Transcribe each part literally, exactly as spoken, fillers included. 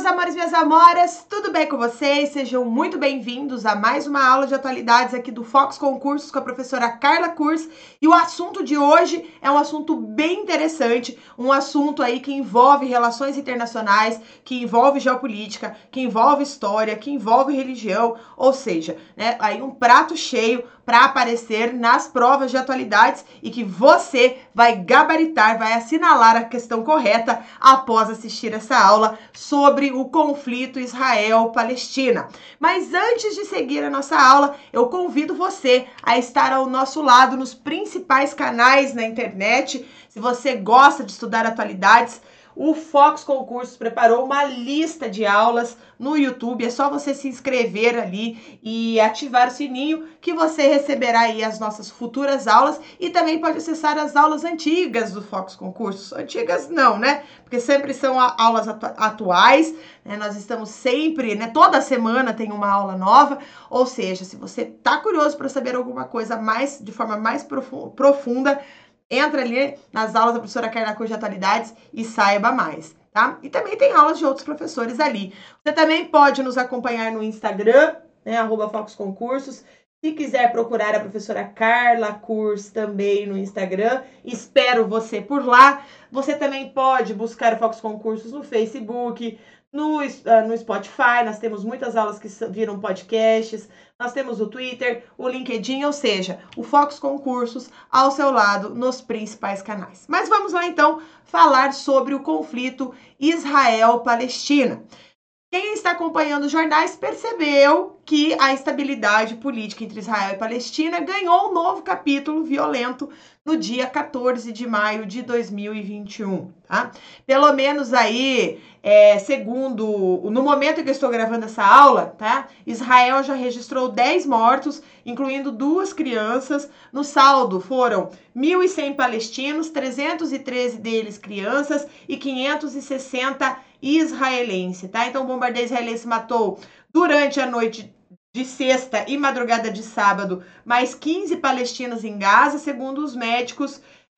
meus amores, minhas amoras, tudo bem com vocês? Sejam muito bem-vindos a mais uma aula de atualidades aqui do Fox Concursos com a professora Carla Kurz. E o assunto de hoje é um assunto bem interessante, um assunto aí que envolve relações internacionais, que envolve geopolítica, que envolve história, que envolve religião, ou seja, né, aí um prato cheio para aparecer nas provas de atualidades e que você vai gabaritar, vai assinalar a questão correta após assistir essa aula sobre o conflito Israel-Palestina. Mas antes de seguir a nossa aula, eu convido você a estar ao nosso lado nos principais canais na internet. Se você gosta de estudar atualidades, o Fox Concursos preparou uma lista de aulas no YouTube. É só você se inscrever ali e ativar o sininho que você receberá aí as nossas futuras aulas e também pode acessar as aulas antigas do Fox Concursos. Antigas não, né? Porque sempre são aulas atu atuais, né? Nós estamos sempre, né? Toda semana tem uma aula nova, ou seja, se você tá curioso para saber alguma coisa mais, de forma mais profunda, entra ali nas aulas da professora Carla Kurz de Atualidades e saiba mais, tá? E também tem aulas de outros professores ali. Você também pode nos acompanhar no Instagram, né, arroba Fox Concursos. Se quiser procurar a professora Carla Kurz também no Instagram, espero você por lá. Você também pode buscar o Fox Concursos no Facebook, no, uh, no Spotify. Nós temos muitas aulas que viram podcasts. Nós temos o Twitter, o LinkedIn, ou seja, o Fox Concursos ao seu lado nos principais canais. Mas vamos lá então falar sobre o conflito Israel-Palestina. Quem está acompanhando os jornais percebeu que a instabilidade política entre Israel e Palestina ganhou um novo capítulo violento no dia quatorze de maio de dois mil e vinte e um, tá? Pelo menos aí, é, segundo, no momento em que eu estou gravando essa aula, tá? Israel já registrou dez mortos, incluindo duas crianças. No saldo foram mil e cem palestinos, trezentos e treze deles crianças e quinhentos e sessenta israelenses, tá? Então o bombardeio israelense matou durante a noite de sexta e madrugada de sábado mais quinze palestinos em Gaza, segundo os médicos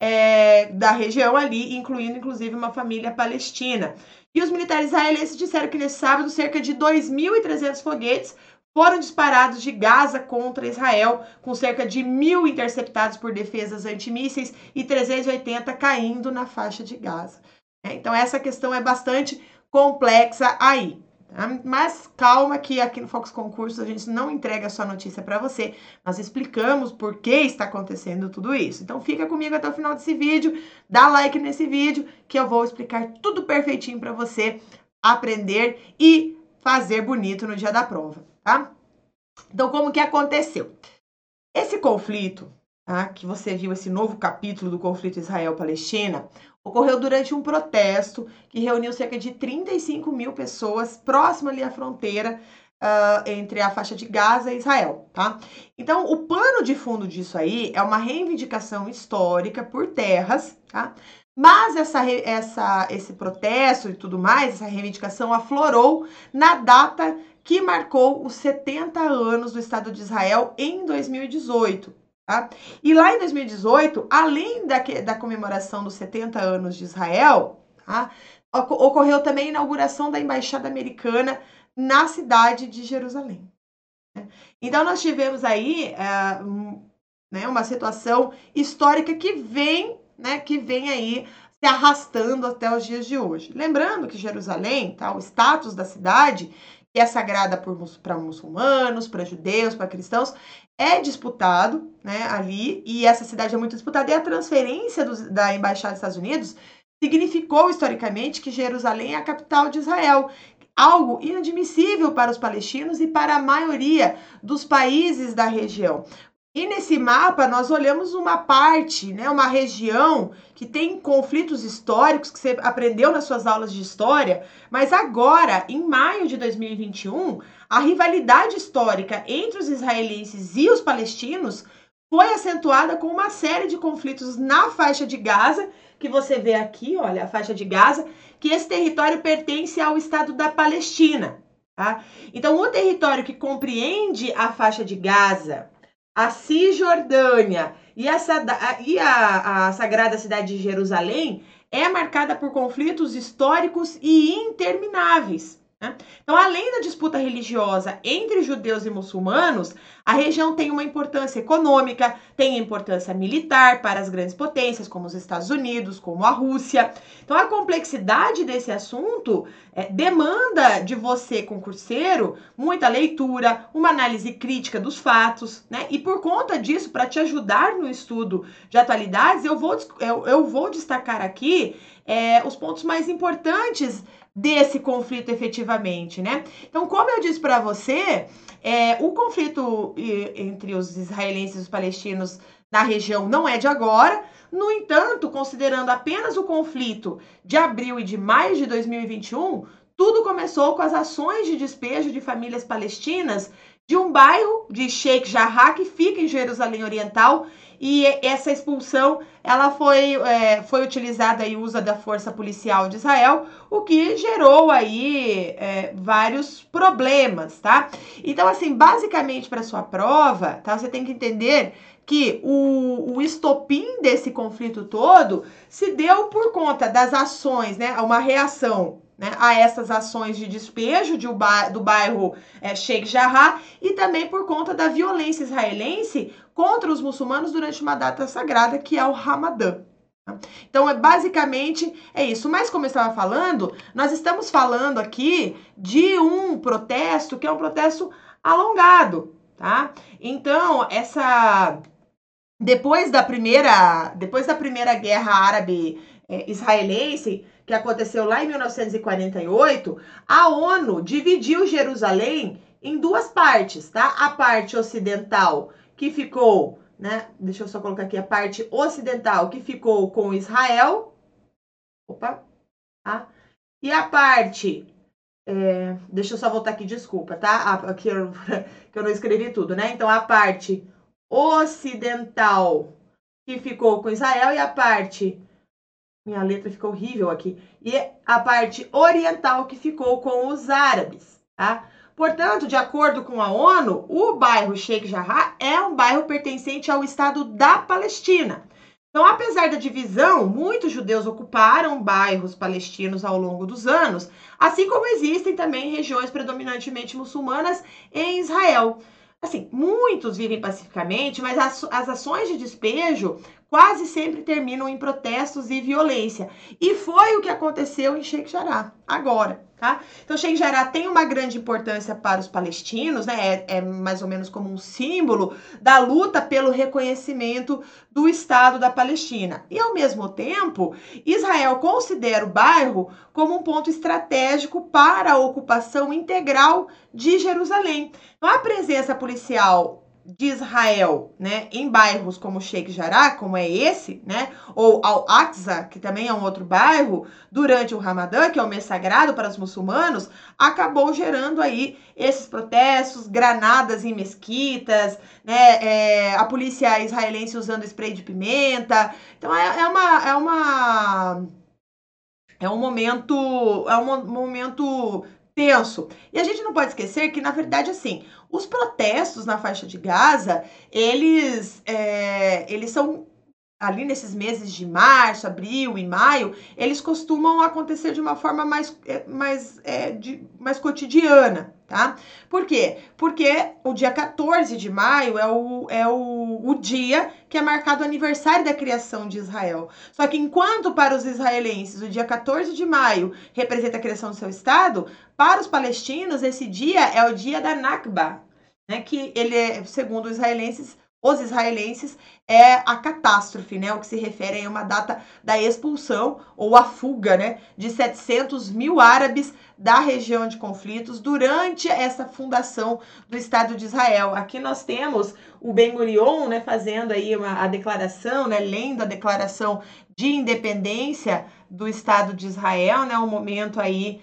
é, da região ali, incluindo inclusive uma família palestina. E os militares israelenses disseram que nesse sábado cerca de dois mil e trezentos foguetes foram disparados de Gaza contra Israel, com cerca de mil interceptados por defesas antimísseis e trezentos e oitenta caindo na faixa de Gaza. É, então essa questão é bastante complexa aí. Tá? Mas calma que aqui no Fox Concursos a gente não entrega só notícia para você, nós explicamos por que está acontecendo tudo isso. Então fica comigo até o final desse vídeo, dá like nesse vídeo que eu vou explicar tudo perfeitinho para você aprender e fazer bonito no dia da prova, tá? Então como que aconteceu? Esse conflito, tá, que você viu, esse novo capítulo do conflito Israel-Palestina, ocorreu durante um protesto que reuniu cerca de trinta e cinco mil pessoas próximo ali à fronteira uh, entre a faixa de Gaza e Israel, tá? Então, o pano de fundo disso aí é uma reivindicação histórica por terras, tá? Mas essa, essa, esse protesto e tudo mais, essa reivindicação aflorou na data que marcou os setenta anos do Estado de Israel em dois mil e dezoito. Tá? E lá em dois mil e dezoito, além da, da comemoração dos setenta anos de Israel, tá? Ocorreu também a inauguração da Embaixada Americana na cidade de Jerusalém. Né? Então nós tivemos aí é, um, né, uma situação histórica que vem, né, que vem aí se arrastando até os dias de hoje. Lembrando que Jerusalém, tá, o status da cidade, que é sagrada para muçulmanos, para judeus, para cristãos, é disputado, né, ali, e essa cidade é muito disputada, e a transferência do, da Embaixada dos Estados Unidos significou historicamente que Jerusalém é a capital de Israel, algo inadmissível para os palestinos e para a maioria dos países da região. E nesse mapa nós olhamos uma parte, né, uma região que tem conflitos históricos que você aprendeu nas suas aulas de história, mas agora, em maio de dois mil e vinte e um, a rivalidade histórica entre os israelenses e os palestinos foi acentuada com uma série de conflitos na faixa de Gaza, que você vê aqui, olha, a faixa de Gaza, que esse território pertence ao Estado da Palestina, tá? Então, o território que compreende a faixa de Gaza, a Cisjordânia e, a, e a, a Sagrada Cidade de Jerusalém é marcada por conflitos históricos e intermináveis, né? Então, além da disputa religiosa entre judeus e muçulmanos, a região tem uma importância econômica, tem importância militar para as grandes potências, como os Estados Unidos, como a Rússia. Então, a complexidade desse assunto é, demanda de você, concurseiro, muita leitura, uma análise crítica dos fatos, né? E por conta disso, para te ajudar no estudo de atualidades, eu vou, eu, eu vou destacar aqui é, os pontos mais importantes desse conflito efetivamente, né? Então, como eu disse para você, é, o conflito entre os israelenses e os palestinos na região não é de agora. No entanto, considerando apenas o conflito de abril e de maio de dois mil e vinte e um, tudo começou com as ações de despejo de famílias palestinas de um bairro de Sheikh Jarrah, que fica em Jerusalém Oriental, e essa expulsão ela foi, é, foi utilizada e usa da força policial de Israel, o que gerou aí é, vários problemas, tá? Então, assim, basicamente para sua prova, tá? Você tem que entender que o, o estopim desse conflito todo se deu por conta das ações, né? Uma reação, né, a essas ações de despejo de, do bairro é, Sheikh Jarrah e também por conta da violência israelense contra os muçulmanos durante uma data sagrada que é o Ramadã. Então, é, basicamente, é isso. Mas, como eu estava falando, nós estamos falando aqui de um protesto que é um protesto alongado, tá? Então, essa... Depois da primeira, depois da primeira guerra árabe-israelense, que aconteceu lá em mil novecentos e quarenta e oito, a ONU dividiu Jerusalém em duas partes, tá? A parte ocidental, que ficou, né? Deixa eu só colocar aqui a parte ocidental, que ficou com Israel. Opa, tá? E a parte... É, deixa eu só voltar aqui, desculpa, tá? Aqui eu, que eu não escrevi tudo, né? Então, a parte ocidental que ficou com Israel e a parte... Minha letra ficou horrível aqui. E a parte oriental que ficou com os árabes, tá? Portanto, de acordo com a ONU, o bairro Sheikh Jarrah é um bairro pertencente ao Estado da Palestina. Então, apesar da divisão, muitos judeus ocuparam bairros palestinos ao longo dos anos, assim como existem também regiões predominantemente muçulmanas em Israel. Assim, muitos vivem pacificamente, mas as, as ações de despejo quase sempre terminam em protestos e violência. E foi o que aconteceu em Sheikh Jarrah, agora, tá? Então, Sheikh Jarrah tem uma grande importância para os palestinos, né? É, é mais ou menos como um símbolo da luta pelo reconhecimento do Estado da Palestina. E, ao mesmo tempo, Israel considera o bairro como um ponto estratégico para a ocupação integral de Jerusalém. Então, a presença policial de Israel, né, em bairros como Sheikh Jarrah, como é esse, né, ou Al-Aqsa, que também é um outro bairro, durante o Ramadã, que é o mês sagrado para os muçulmanos, acabou gerando aí esses protestos, granadas em mesquitas, né, é, a polícia israelense usando spray de pimenta. Então é, é uma é uma é um momento é um momento tenso. E a gente não pode esquecer que, na verdade, assim, os protestos na faixa de Gaza, eles, é, eles são, ali nesses meses de março, abril e maio, eles costumam acontecer de uma forma mais, mais, é, de, mais cotidiana, tá? Por quê? Porque o dia quatorze de maio é o, é o, o dia que é marcado o aniversário da criação de Israel. Só que enquanto para os israelenses o dia quatorze de maio representa a criação do seu Estado, para os palestinos esse dia é o dia da Nakba, né? Que ele é, segundo os israelenses, os israelenses, é a catástrofe, né? O que se refere a uma data da expulsão ou a fuga, né, de setecentos mil árabes da região de conflitos durante essa fundação do Estado de Israel. Aqui nós temos o Ben Gurion, né, fazendo aí uma, a declaração, né, lendo a declaração de independência do Estado de Israel, né, um momento aí,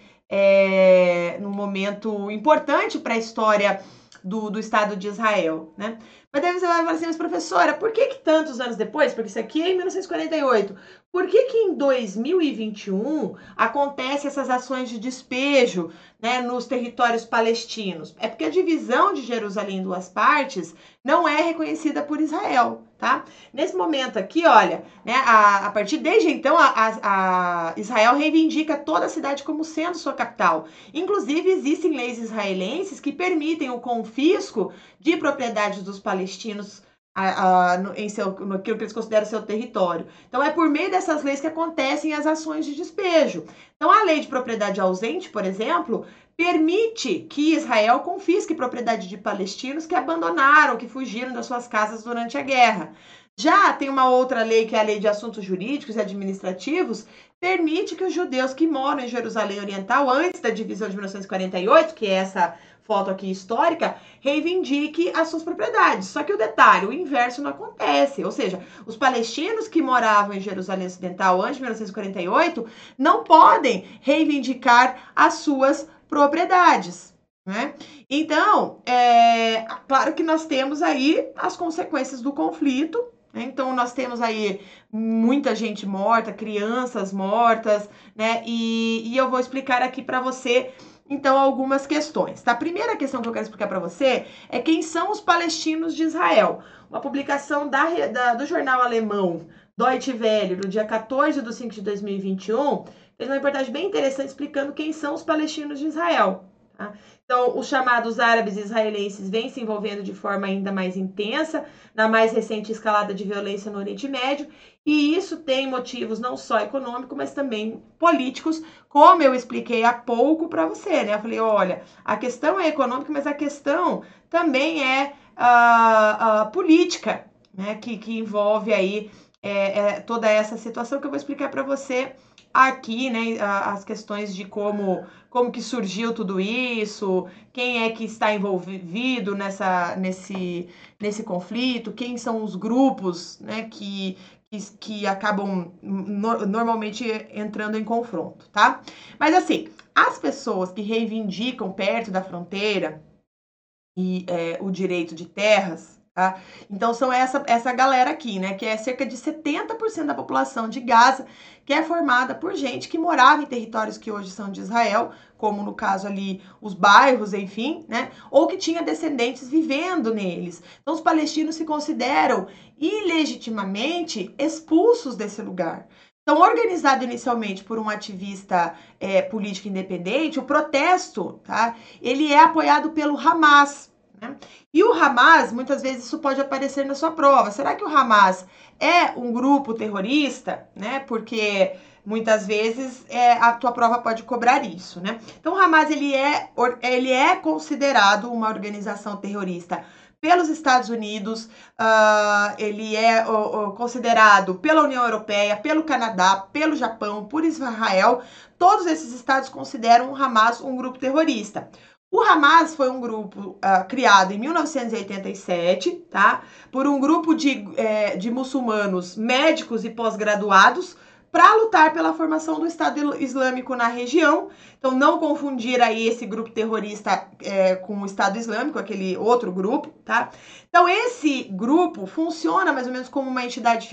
é, um momento importante para a história do, do Estado de Israel, né? Mas daí você vai falar assim, mas professora, por que que tantos anos depois, porque isso aqui é em mil novecentos e quarenta e oito, por que que em dois mil e vinte e um acontecem essas ações de despejo, né, nos territórios palestinos? É porque a divisão de Jerusalém em duas partes não é reconhecida por Israel, tá? Nesse momento aqui, olha, né, a, a partir desde então, a, a, a Israel reivindica toda a cidade como sendo sua capital. Inclusive, existem leis israelenses que permitem o confisco de propriedades dos palestinos a, a, no, em seu, no que eles consideram seu território. Então, é por meio dessas leis que acontecem as ações de despejo. Então, a lei de propriedade ausente, por exemplo, permite que Israel confisque propriedade de palestinos que abandonaram, que fugiram das suas casas durante a guerra. Já tem uma outra lei, que é a Lei de Assuntos Jurídicos e Administrativos, permite que os judeus que moram em Jerusalém Oriental, antes da divisão de mil novecentos e quarenta e oito, que é essa foto aqui histórica, reivindique as suas propriedades. Só que o detalhe, o inverso não acontece. Ou seja, os palestinos que moravam em Jerusalém Ocidental antes de mil novecentos e quarenta e oito não podem reivindicar as suas propriedades, né? Então, é claro que nós temos aí as consequências do conflito, né? Então, nós temos aí muita gente morta, crianças mortas, né? E, e eu vou explicar aqui para você, então, algumas questões. Tá? A primeira questão que eu quero explicar para você é quem são os palestinos de Israel. Uma publicação da, da, do jornal alemão Deutsche Welle, no dia quatorze de cinco de dois mil e vinte e um, fez uma reportagem bem interessante explicando quem são os palestinos de Israel. Tá? Então, os chamados árabes israelenses vêm se envolvendo de forma ainda mais intensa na mais recente escalada de violência no Oriente Médio, e isso tem motivos não só econômicos, mas também políticos, como eu expliquei há pouco para você, né? Eu falei, olha, a questão é econômica, mas a questão também é uh, uh, política, né? Que, que envolve aí é, é, toda essa situação que eu vou explicar para você aqui, né? As questões de como, como que surgiu tudo isso, quem é que está envolvido nessa, nesse, nesse conflito, quem são os grupos, né? Que Que, que acabam no, normalmente entrando em confronto, tá? Mas assim, as pessoas que reivindicam perto da fronteira e é, o direito de terras, tá? Então são essa, essa galera aqui, né? Que é cerca de setenta por cento da população de Gaza, que é formada por gente que morava em territórios que hoje são de Israel, como no caso ali os bairros, enfim, né? Ou que tinha descendentes vivendo neles. Então os palestinos se consideram ilegitimamente expulsos desse lugar. Então, organizado inicialmente por um ativista é, político independente, o protesto, tá? Ele é apoiado pelo Hamas, né? E o Hamas, muitas vezes isso pode aparecer na sua prova. Será que o Hamas é um grupo terrorista, né? Porque muitas vezes é, a tua prova pode cobrar isso, né? Então, o Hamas ele é, ele é considerado uma organização terrorista pelos Estados Unidos, uh, ele é uh, uh, considerado pela União Europeia, pelo Canadá, pelo Japão, por Israel. Todos esses estados consideram o Hamas um grupo terrorista. O Hamas foi um grupo uh, criado em mil novecentos e oitenta e sete, tá? Por um grupo de, é, de muçulmanos médicos e pós-graduados para lutar pela formação do Estado Islâmico na região. Então, não confundir aí esse grupo terrorista é, com o Estado Islâmico, aquele outro grupo, tá? Então, esse grupo funciona mais ou menos como uma entidade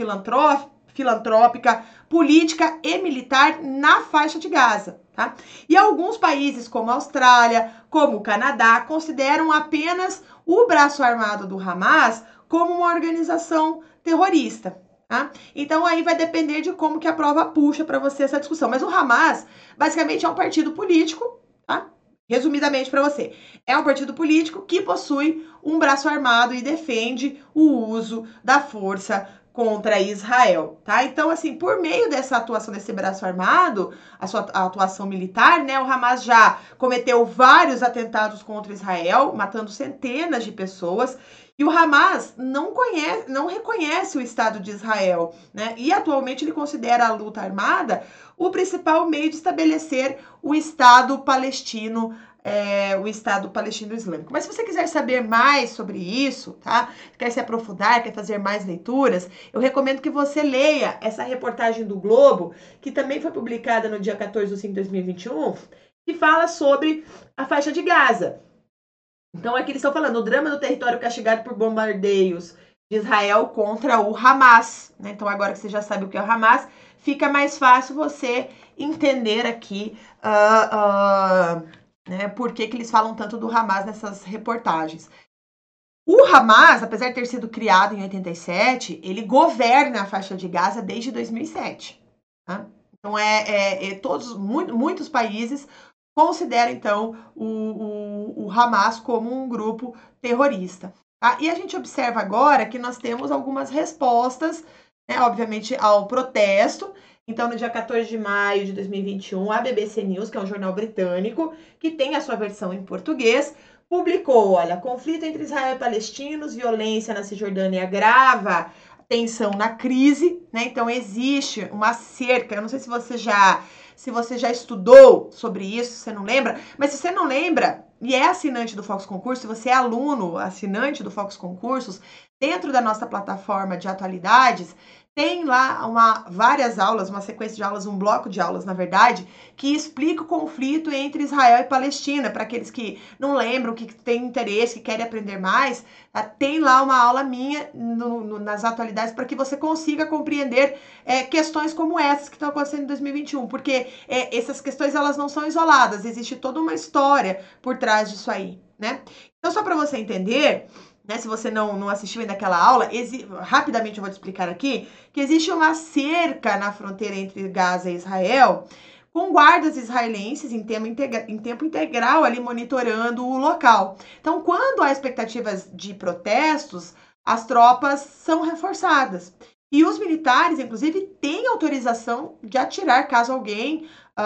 filantrópica, política e militar na faixa de Gaza, tá? E alguns países, como a Austrália, como o Canadá, consideram apenas o braço armado do Hamas como uma organização terrorista. Tá? Então aí vai depender de como que a prova puxa para você essa discussão. Mas o Hamas, basicamente, é um partido político, tá? Resumidamente para você, é um partido político que possui um braço armado e defende o uso da força contra Israel, tá? Então, assim, por meio dessa atuação desse braço armado, a sua atuação militar, né, o Hamas já cometeu vários atentados contra Israel, matando centenas de pessoas. E o Hamas não, conhece, não reconhece o Estado de Israel, né? E atualmente ele considera a luta armada o principal meio de estabelecer o Estado palestino, é, o Estado palestino islâmico. Mas se você quiser saber mais sobre isso, tá? Quer se aprofundar, quer fazer mais leituras, eu recomendo que você leia essa reportagem do Globo, que também foi publicada no dia quatorze de cinco de dois mil e vinte e um, que fala sobre a faixa de Gaza. Então aqui eles estão falando o drama do território castigado por bombardeios de Israel contra o Hamas, né? Então agora que você já sabe o que é o Hamas, fica mais fácil você entender aqui uh, uh, né, por que, que eles falam tanto do Hamas nessas reportagens. O Hamas, apesar de ter sido criado em oitenta e sete, ele governa a faixa de Gaza desde dois mil e sete. Tá? Então, é, é, é todos, muito, muitos países consideram, então, o, o, o Hamas como um grupo terrorista. Tá? E a gente observa agora que nós temos algumas respostas, né, obviamente, ao protesto. Então, no dia quatorze de maio de dois mil e vinte e um, a B B C News, que é um jornal britânico, que tem a sua versão em português, publicou, olha, conflito entre Israel e palestinos, violência na Cisjordânia agrava tensão na crise, né? Então existe uma cerca, eu não sei se você já se você já estudou sobre isso, se você não lembra, mas se você não lembra e é assinante do Focus Concursos, se você é aluno, assinante do Focus Concursos, dentro da nossa plataforma de atualidades, tem lá uma, várias aulas, uma sequência de aulas, um bloco de aulas, na verdade, que explica o conflito entre Israel e Palestina. Para aqueles que não lembram, que têm interesse, que querem aprender mais, tem lá uma aula minha no, no, nas atualidades para que você consiga compreender é, questões como essas que estão acontecendo em dois mil e vinte e um, porque é, essas questões elas não são isoladas, existe toda uma história por trás disso aí, né? Então, só para você entender... Né, se você não, não assistiu ainda aquela aula, rapidamente eu vou te explicar aqui, que existe uma cerca na fronteira entre Gaza e Israel, com guardas israelenses em tempo, integra em tempo integral ali monitorando o local. Então, quando há expectativas de protestos, as tropas são reforçadas. E os militares, inclusive, têm autorização de atirar caso alguém,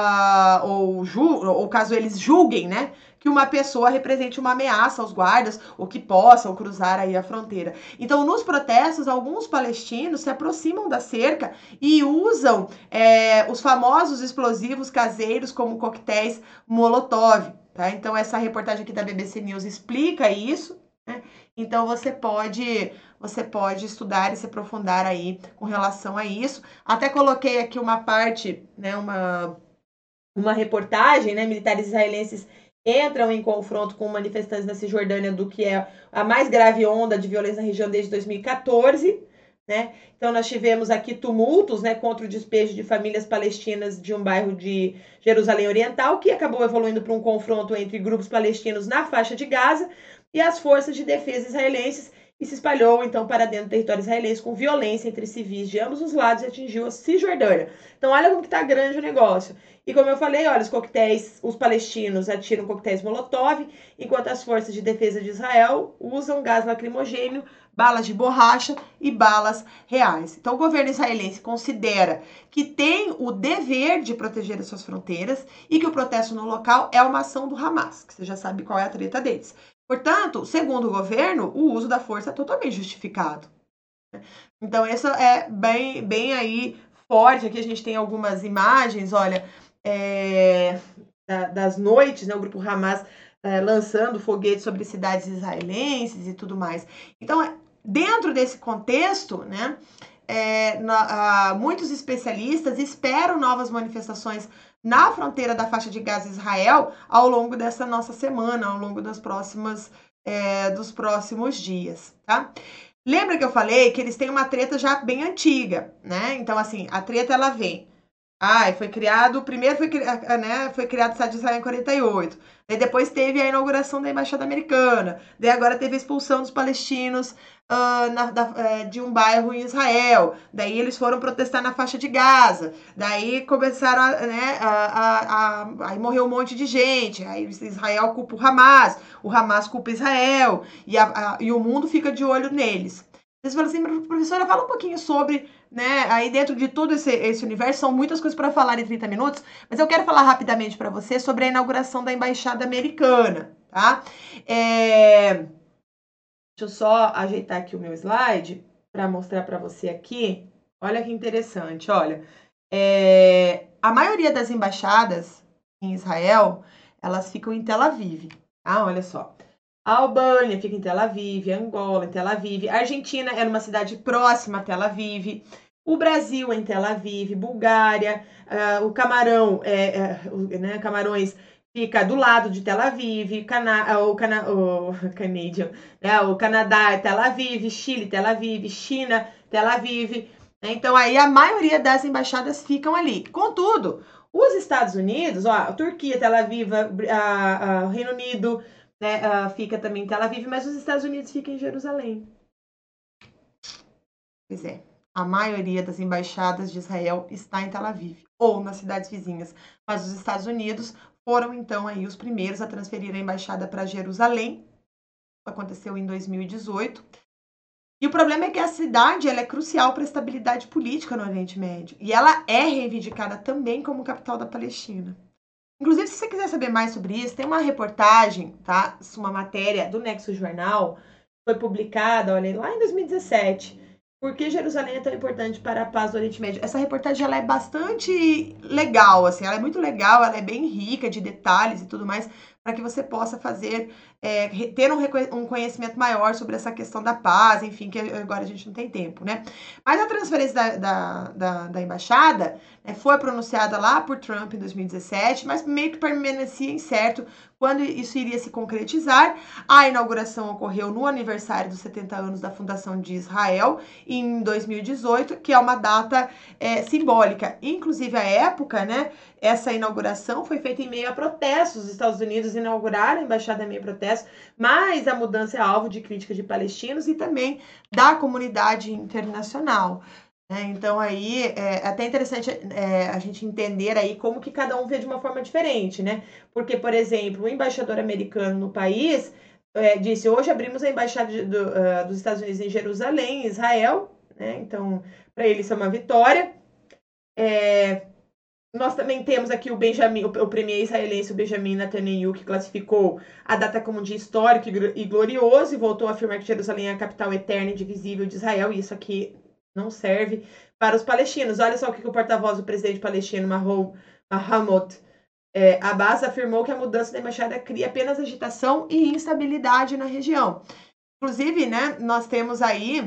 uh, ou, ou caso eles julguem, né, que uma pessoa represente uma ameaça aos guardas ou que possam cruzar aí a fronteira. Então, nos protestos, alguns palestinos se aproximam da cerca e usam é, os famosos explosivos caseiros como coquetéis Molotov. Tá? Então, essa reportagem aqui da B B C News explica isso, né? Então, você pode, você pode estudar e se aprofundar aí com relação a isso. Até coloquei aqui uma parte, né, uma, uma reportagem, né, militares israelenses entram em confronto com manifestantes na Cisjordânia do que é a mais grave onda de violência na região desde dois mil e quatorze, né? Então nós tivemos aqui tumultos, né, contra o despejo de famílias palestinas de um bairro de Jerusalém Oriental, que acabou evoluindo para um confronto entre grupos palestinos na faixa de Gaza e as forças de defesa israelenses, e se espalhou então para dentro do território israelense com violência entre civis de ambos os lados e atingiu a Cisjordânia. Então olha como que tá grande o negócio. E como eu falei, olha, os coquetéis, os palestinos atiram coquetéis Molotov, enquanto as forças de defesa de Israel usam gás lacrimogêneo, balas de borracha e balas reais. Então o governo israelense considera que tem o dever de proteger as suas fronteiras e que o protesto no local é uma ação do Hamas, que você já sabe qual é a treta deles. Portanto, segundo o governo, o uso da força é totalmente justificado. Então, isso é bem, bem aí forte. Aqui a gente tem algumas imagens, olha, é, das noites, né, o grupo Hamas é, lançando foguetes sobre cidades israelenses e tudo mais. Então, dentro desse contexto, né, é, na, a, muitos especialistas esperam novas manifestações na fronteira da faixa de Gaza e Israel ao longo dessa nossa semana, ao longo das próximas, é, dos próximos dias, tá? Lembra que eu falei que eles têm uma treta já bem antiga, né? Então, assim, a treta, ela vem. Ah, foi criado, primeiro foi, né, foi criado o Estado de Israel em quarenta e oito, daí depois teve a inauguração da Embaixada Americana, daí agora teve a expulsão dos palestinos uh, na, da, uh, de um bairro em Israel, daí eles foram protestar na faixa de Gaza, daí começaram a, né, a, a, a, aí morreu um monte de gente, aí Israel culpa o Hamas, o Hamas culpa Israel, e, a, a, e o mundo fica de olho neles. Você fala assim, professora, fala um pouquinho sobre, né, aí dentro de todo esse, esse universo, são muitas coisas para falar em trinta minutos, mas eu quero falar rapidamente para você sobre a inauguração da Embaixada Americana, tá? É... Deixa eu só ajeitar aqui o meu slide para mostrar para você aqui. Olha que interessante, olha. É... A maioria das embaixadas em Israel, elas ficam em Tel Aviv, tá? Olha só. A Albânia fica em Tel Aviv, Angola em Tel Aviv, a Argentina é numa cidade próxima a Tel Aviv, o Brasil é em Tel Aviv, Bulgária, uh, o Camarão, é, é, né, Camarões fica do lado de Tel Aviv, Cana o, Cana o, Canadian, né? O Canadá é Tel Aviv, Chile, Tel Aviv, China, Tel Aviv. Né? Então, aí a maioria das embaixadas ficam ali. Contudo, os Estados Unidos, ó, a Turquia, Tel Aviv, o Reino Unido, né, a, fica também em Tel Aviv, mas os Estados Unidos ficam em Jerusalém. Pois é. A maioria das embaixadas de Israel está em Tel Aviv ou nas cidades vizinhas, mas os Estados Unidos foram então aí os primeiros a transferir a embaixada para Jerusalém. Aconteceu em dois mil e dezoito. E o problema é que a cidade ela é crucial para a estabilidade política no Oriente Médio e ela é reivindicada também como capital da Palestina. Inclusive, se você quiser saber mais sobre isso, tem uma reportagem, tá? Uma matéria do Nexo Jornal, foi publicada, olha, lá em dois mil e dezessete. Por que Jerusalém é tão importante para a paz do Oriente Médio? Essa reportagem ela é bastante legal, assim, ela é muito legal, ela é bem rica de detalhes e tudo mais, para que você possa fazer, é, ter um, um conhecimento maior sobre essa questão da paz, enfim, que agora a gente não tem tempo, né? Mas a transferência da, da, da, da embaixada, né, foi pronunciada lá por Trump em dois mil e dezessete, mas meio que permanecia incerto quando isso iria se concretizar. A inauguração ocorreu no aniversário dos setenta anos da fundação de Israel, em dois mil e dezoito, que é uma data é, simbólica. Inclusive, a época, né, essa inauguração foi feita em meio a protestos. Os Estados Unidos inauguraram a embaixada em meio a protestos, mas a mudança é alvo de crítica de palestinos e também da comunidade internacional. É, então, aí, é até interessante é, a gente entender aí como que cada um vê de uma forma diferente, né? Porque, por exemplo, o embaixador americano no país é, disse, hoje abrimos a embaixada de, do, uh, dos Estados Unidos em Jerusalém, Israel, né? Então, para ele isso é uma vitória. É, nós também temos aqui o Benjamin, o, o premier israelense, o Benjamin Netanyahu, que classificou a data como um dia histórico e glorioso e voltou a afirmar que Jerusalém é a capital eterna e indivisível de Israel, e isso aqui não serve para os palestinos. Olha só o que o porta-voz do presidente palestino, Mahmoud é, Abbas, afirmou que a mudança da embaixada cria apenas agitação e instabilidade na região. Inclusive, né, nós temos aí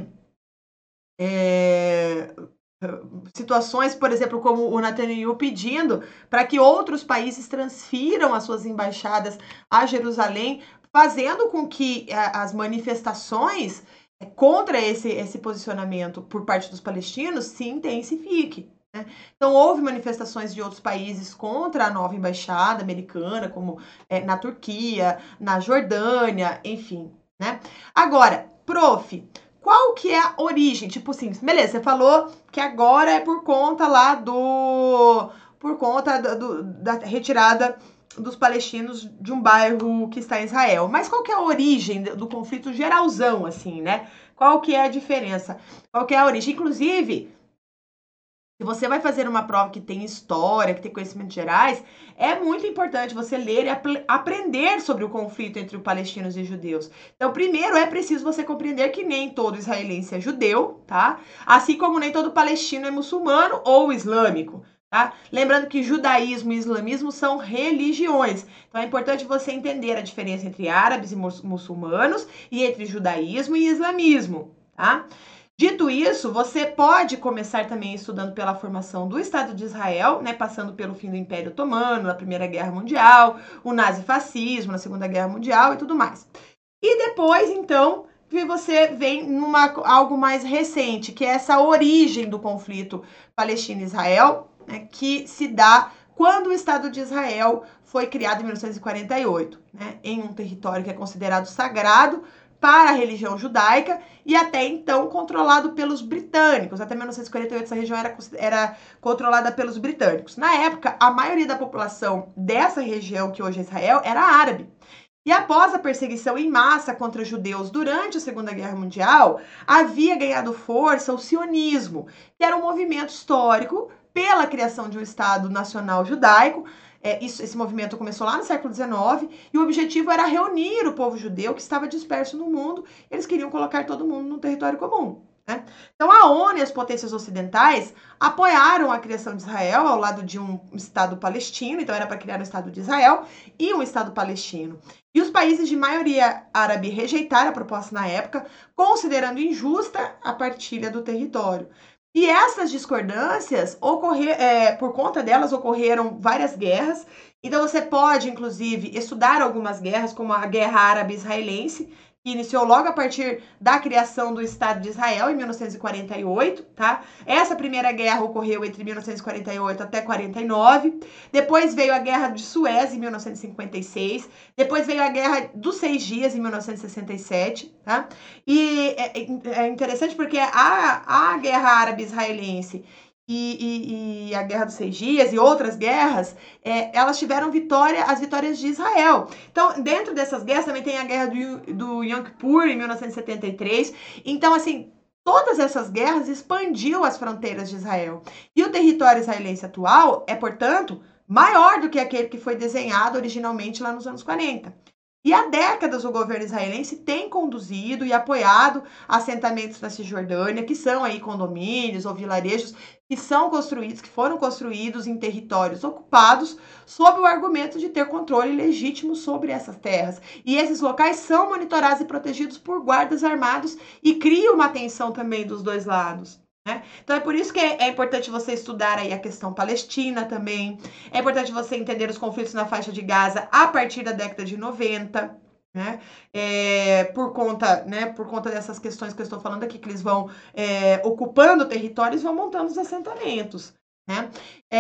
é, situações, por exemplo, como o Netanyahu pedindo para que outros países transfiram as suas embaixadas a Jerusalém, fazendo com que as manifestações contra esse, esse posicionamento por parte dos palestinos se intensifique. Né? Então, houve manifestações de outros países contra a nova embaixada americana, como é, na Turquia, na Jordânia, enfim. Né? Agora, prof, qual que é a origem? Tipo assim, beleza, você falou que agora é por conta lá do... por conta do, do, da retirada dos palestinos de um bairro que está em Israel. Mas qual que é a origem do conflito geralzão, assim, né? Qual que é a diferença? Qual que é a origem? Inclusive, se você vai fazer uma prova que tem história, que tem conhecimentos gerais, é muito importante você ler e ap aprender sobre o conflito entre os palestinos e judeus. Então, primeiro, é preciso você compreender que nem todo israelense é judeu, tá? Assim como nem todo palestino é muçulmano ou islâmico. Tá? Lembrando que judaísmo e islamismo são religiões. Então é importante você entender a diferença entre árabes e muçulmanos e entre judaísmo e islamismo. Tá? Dito isso, você pode começar também estudando pela formação do Estado de Israel, né, passando pelo fim do Império Otomano, na Primeira Guerra Mundial, o nazifascismo na Segunda Guerra Mundial e tudo mais. E depois, então, você vem numa algo mais recente, que é essa origem do conflito Palestina-Israel, né, que se dá quando o Estado de Israel foi criado em mil novecentos e quarenta e oito, né, em um território que é considerado sagrado para a religião judaica e até então controlado pelos britânicos. Até mil novecentos e quarenta e oito essa região era, era controlada pelos britânicos. Na época, a maioria da população dessa região, que hoje é Israel, era árabe. E após a perseguição em massa contra judeus durante a Segunda Guerra Mundial, havia ganhado força o sionismo, que era um movimento histórico pela criação de um Estado nacional judaico. É, isso, esse movimento começou lá no século dezenove e o objetivo era reunir o povo judeu que estava disperso no mundo. Eles queriam colocar todo mundo num território comum. Né? Então a ONU e as potências ocidentais apoiaram a criação de Israel ao lado de um Estado palestino, então era para criar um Estado de Israel e um Estado palestino. E os países de maioria árabe rejeitaram a proposta na época, considerando injusta a partilha do território. E essas discordâncias, ocorrer, é, por conta delas, ocorreram várias guerras Então você pode, inclusive, estudar algumas guerras, como a Guerra Árabe-Israelense, que iniciou logo a partir da criação do Estado de Israel, em mil novecentos e quarenta e oito, tá? Essa primeira guerra ocorreu entre mil novecentos e quarenta e oito até quarenta e nove. Depois veio a Guerra de Suez, em mil novecentos e cinquenta e seis. Depois veio a Guerra dos Seis Dias, em mil novecentos e sessenta e sete, tá? E é, é interessante porque a, a Guerra Árabe-Israelense e, e, e a Guerra dos Seis Dias e outras guerras, é, elas tiveram vitória, as vitórias de Israel. Então, dentro dessas guerras também tem a Guerra do, do Yom Kippur, em mil novecentos e setenta e três. Então, assim, todas essas guerras expandiu as fronteiras de Israel. E o território israelense atual é, portanto, maior do que aquele que foi desenhado originalmente lá nos anos quarenta. E há décadas o governo israelense tem conduzido e apoiado assentamentos na Cisjordânia, que são aí condomínios ou vilarejos que são construídos, que foram construídos em territórios ocupados, sob o argumento de ter controle legítimo sobre essas terras. E esses locais são monitorados e protegidos por guardas armados e cria uma tensão também dos dois lados. Né? Então é por isso que é, é importante você estudar aí a questão palestina também, é importante você entender os conflitos na faixa de Gaza a partir da década de noventa, né? É, por conta, né, por conta dessas questões que eu estou falando aqui, que eles vão é, ocupando territórios e vão montando os assentamentos. Né?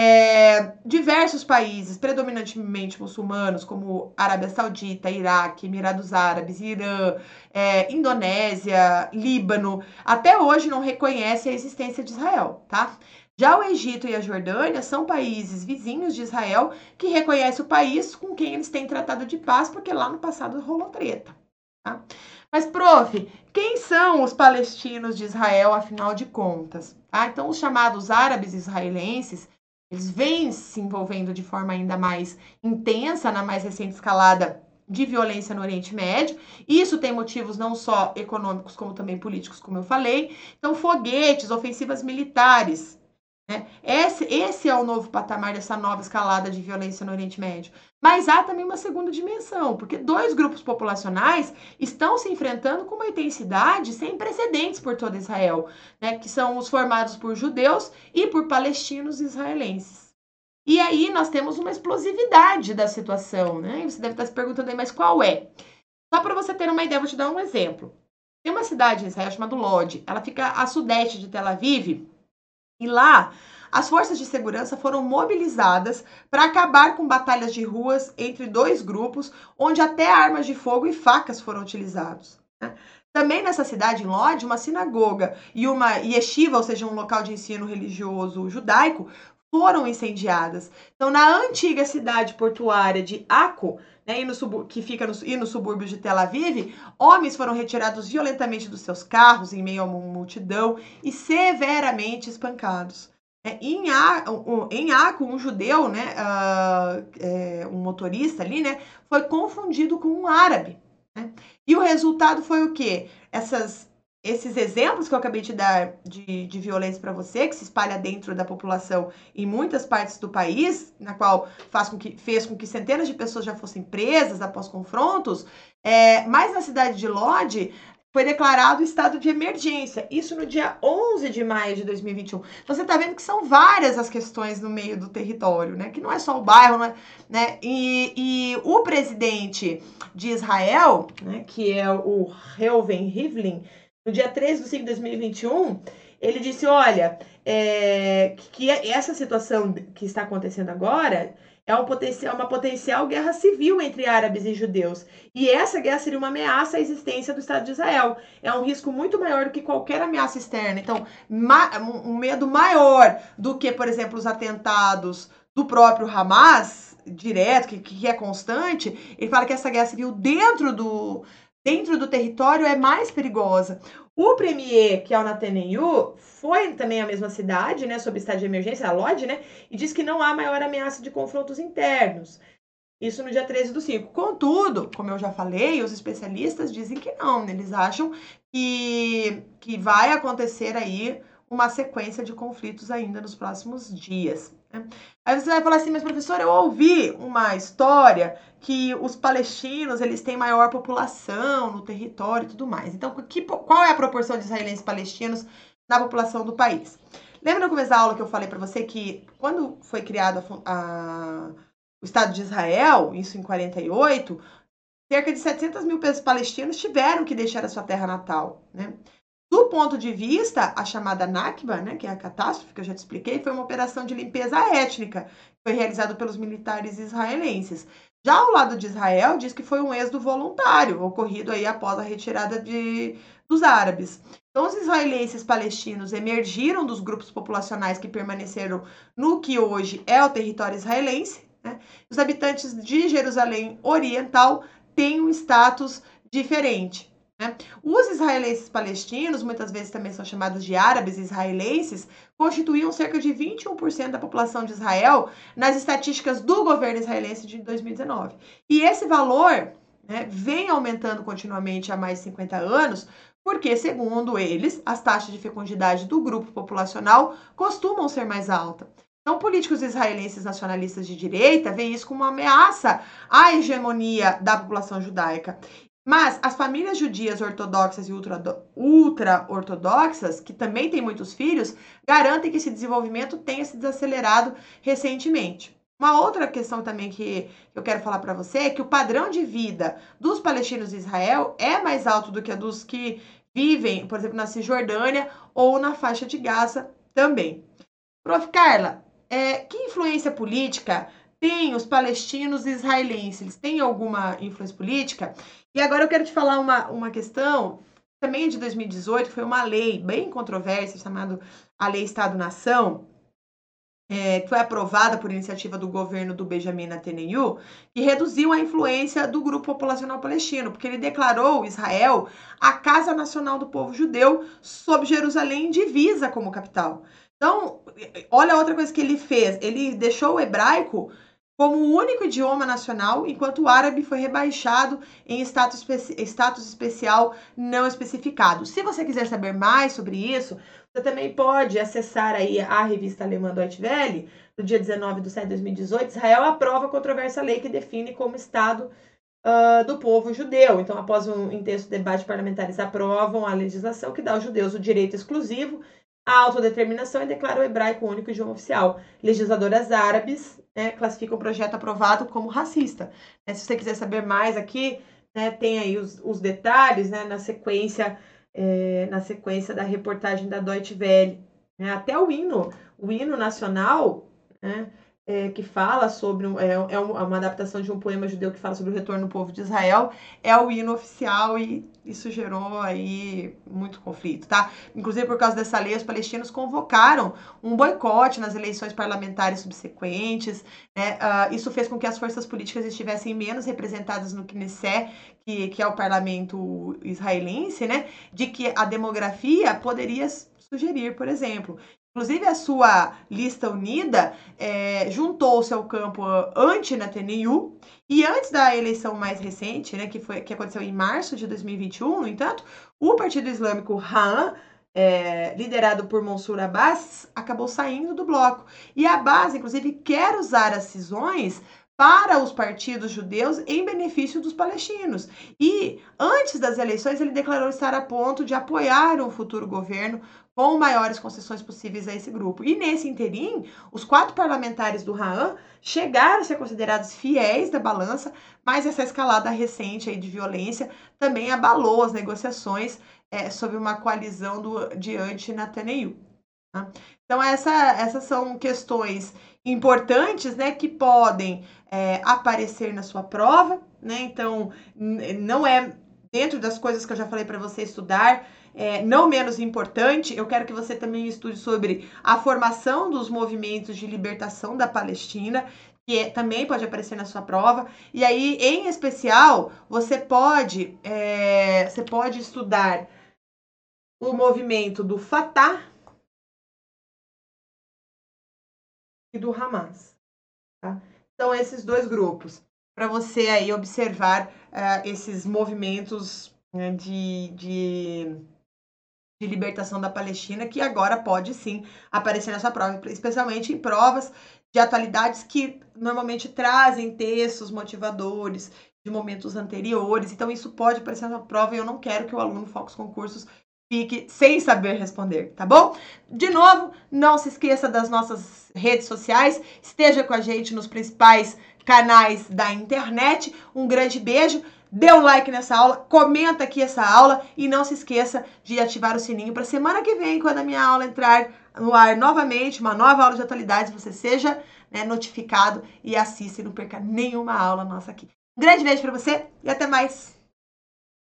É, diversos países, predominantemente muçulmanos, como Arábia Saudita, Iraque, Emirados Árabes, Irã, é, Indonésia, Líbano, até hoje não reconhecem a existência de Israel, tá? Já o Egito e a Jordânia são países vizinhos de Israel que reconhecem o país com quem eles têm tratado de paz, porque lá no passado rolou treta, tá? Mas, prof, quem são os palestinos de Israel, afinal de contas? Tá? Então, os chamados árabes israelenses, eles vêm se envolvendo de forma ainda mais intensa na mais recente escalada de violência no Oriente Médio. Isso tem motivos não só econômicos, como também políticos, como eu falei. Então, foguetes, ofensivas militares. Né? Esse, esse é o novo patamar dessa nova escalada de violência no Oriente Médio. Mas há também uma segunda dimensão, porque dois grupos populacionais estão se enfrentando com uma intensidade sem precedentes por todo Israel, né? Que são os formados por judeus e por palestinos israelenses. E aí nós temos uma explosividade da situação, né? E você deve estar se perguntando aí, mas qual é? Só para você ter uma ideia, vou te dar um exemplo. Tem uma cidade em Israel chamada Lod, ela fica a sudeste de Tel Aviv, e lá, as forças de segurança foram mobilizadas para acabar com batalhas de ruas entre dois grupos, onde até armas de fogo e facas foram utilizados. Né? Também nessa cidade, em Lod, uma sinagoga e uma yeshiva, ou seja, um local de ensino religioso judaico, foram incendiadas. Então, na antiga cidade portuária de Akko, né, e no que fica no, e no subúrbio de Tel Aviv, homens foram retirados violentamente dos seus carros em meio a uma multidão e severamente espancados. É, em, a, um, em Akko, um judeu, né, uh, é, um motorista ali, né, foi confundido com um árabe. Né? E o resultado foi o quê? Essas Esses exemplos que eu acabei de dar de, de violência para você, que se espalha dentro da população em muitas partes do país, na qual faz com que, fez com que centenas de pessoas já fossem presas após confrontos, é, mas na cidade de Lod foi declarado estado de emergência, isso no dia onze de maio de dois mil e vinte e um. Então, você está vendo que são várias as questões no meio do território, né? Que não é só o bairro, né? né? E, e o presidente de Israel, né, que é o Reuven Rivlin, no dia treze de cinco de dois mil e vinte e um, ele disse, olha, é, que essa situação que está acontecendo agora é um potencial, uma potencial guerra civil entre árabes e judeus. E essa guerra seria uma ameaça à existência do Estado de Israel. É um risco muito maior do que qualquer ameaça externa. Então, um medo maior do que, por exemplo, os atentados do próprio Hamas, direto, que, que é constante. Ele fala que essa guerra civil dentro do... dentro do território é mais perigosa. O premier, que é o Netanyahu, foi também à mesma cidade, né, sob estado de emergência, a Lod, né, e diz que não há maior ameaça de confrontos internos. Isso no dia treze do cinco. Contudo, como eu já falei, os especialistas dizem que não, né, eles acham que, que vai acontecer aí uma sequência de conflitos ainda nos próximos dias. Né? Aí você vai falar assim, mas professor, eu ouvi uma história que os palestinos eles têm maior população no território e tudo mais. Então, que, qual é a proporção de israelenses e palestinos na população do país? Lembra no começo da aula que eu falei para você que quando foi criada a o Estado de Israel, isso em quarenta e oito, cerca de setecentos mil palestinos tiveram que deixar a sua terra natal, né? Do ponto de vista, a chamada Nakba, né, que é a catástrofe que eu já te expliquei, foi uma operação de limpeza étnica, que foi realizada pelos militares israelenses. Já ao lado de Israel, diz que foi um êxodo voluntário, ocorrido aí após a retirada de, dos árabes. Então, os israelenses palestinos emergiram dos grupos populacionais que permaneceram no que hoje é o território israelense, né? Os habitantes de Jerusalém Oriental têm um status diferente, né? Os israelenses palestinos, muitas vezes também são chamados de árabes israelenses, constituíam cerca de vinte e um por cento da população de Israel nas estatísticas do governo israelense de dois mil e dezenove. E esse valor, né, vem aumentando continuamente há mais de cinquenta anos, porque, segundo eles, as taxas de fecundidade do grupo populacional costumam ser mais altas. Então, políticos israelenses nacionalistas de direita veem isso como uma ameaça à hegemonia da população judaica. Mas as famílias judias ortodoxas e ultra-ortodoxas, que também têm muitos filhos, garantem que esse desenvolvimento tenha se desacelerado recentemente. Uma outra questão também que eu quero falar para você é que o padrão de vida dos palestinos de Israel é mais alto do que a dos que vivem, por exemplo, na Cisjordânia ou na faixa de Gaza também. Prof. Carla, é, que influência política tem os palestinos e israelenses? Eles têm alguma influência política? E agora eu quero te falar uma, uma questão, também de dois mil e dezoito, foi uma lei bem controversa, chamada a Lei Estado-Nação, é, que foi aprovada por iniciativa do governo do Benjamin Netanyahu, que reduziu a influência do grupo populacional palestino, porque ele declarou Israel a casa nacional do povo judeu, sob Jerusalém divisa como capital. Então, olha outra coisa que ele fez, ele deixou o hebraico como o único idioma nacional, enquanto o árabe foi rebaixado em status, espe status especial não especificado. Se você quiser saber mais sobre isso, você também pode acessar aí a revista alemã Deutsche Welle, do dia dezenove de setembro de dois mil e dezoito, Israel aprova a controversa lei que define como Estado uh, do povo judeu. Então, após um intenso debate, parlamentares aprovam a legislação que dá aos judeus o direito exclusivo à autodeterminação e declara o hebraico o único idioma oficial. Legisladoras árabes, né, classificam o projeto aprovado como racista. É, se você quiser saber mais aqui, né, tem aí os, os detalhes, né, na sequência, é, na sequência da reportagem da Deutsche Welle. Né, até o hino, o hino nacional, né, é, que fala sobre, é, é uma adaptação de um poema judeu que fala sobre o retorno do povo de Israel, é o hino oficial e isso gerou aí muito conflito, tá? Inclusive, por causa dessa lei, os palestinos convocaram um boicote nas eleições parlamentares subsequentes, né? Uh, isso fez com que as forças políticas estivessem menos representadas no Knesset, que, que é o parlamento israelense, né? De que a demografia poderia sugerir, por exemplo. Inclusive, a sua lista unida é, juntou-se ao campo anti-Netanyahu e antes da eleição mais recente, né, que, foi, que aconteceu em março de dois mil e vinte e um, no entanto, o Partido Islâmico Ra'am, é, liderado por Mansur Abbas, acabou saindo do bloco. E Abbas, inclusive, quer usar as cisões para os partidos judeus em benefício dos palestinos. E antes das eleições, ele declarou estar a ponto de apoiar um futuro governo com maiores concessões possíveis a esse grupo. E nesse interim, os quatro parlamentares do Ra'am chegaram a ser considerados fiéis da balança, mas essa escalada recente aí de violência também abalou as negociações é, sobre uma coalizão do, de anti-Netanyahu. Tá? Então, essa, essas são questões importantes, né, que podem é, aparecer na sua prova, né? Então, não é dentro das coisas que eu já falei para você estudar, é, não menos importante, eu quero que você também estude sobre a formação dos movimentos de libertação da Palestina, que é, também pode aparecer na sua prova. E aí, em especial, você pode, é, você pode estudar o movimento do Fatah e do Hamas. Tá? Então, esses dois grupos, para você aí observar uh, esses movimentos, né, de, de, de libertação da Palestina, que agora pode sim aparecer na sua prova, especialmente em provas de atualidades que normalmente trazem textos motivadores de momentos anteriores. Então, isso pode aparecer na prova e eu não quero que o aluno Focus Concursos fique sem saber responder, tá bom? De novo, não se esqueça das nossas redes sociais, esteja com a gente nos principais canais da internet. Um grande beijo. Dê um like nessa aula, comenta aqui essa aula e não se esqueça de ativar o sininho para semana que vem, quando a minha aula entrar no ar novamente, uma nova aula de atualidades, você seja, né, notificado e assista e não perca nenhuma aula nossa aqui. Um grande beijo para você e até mais!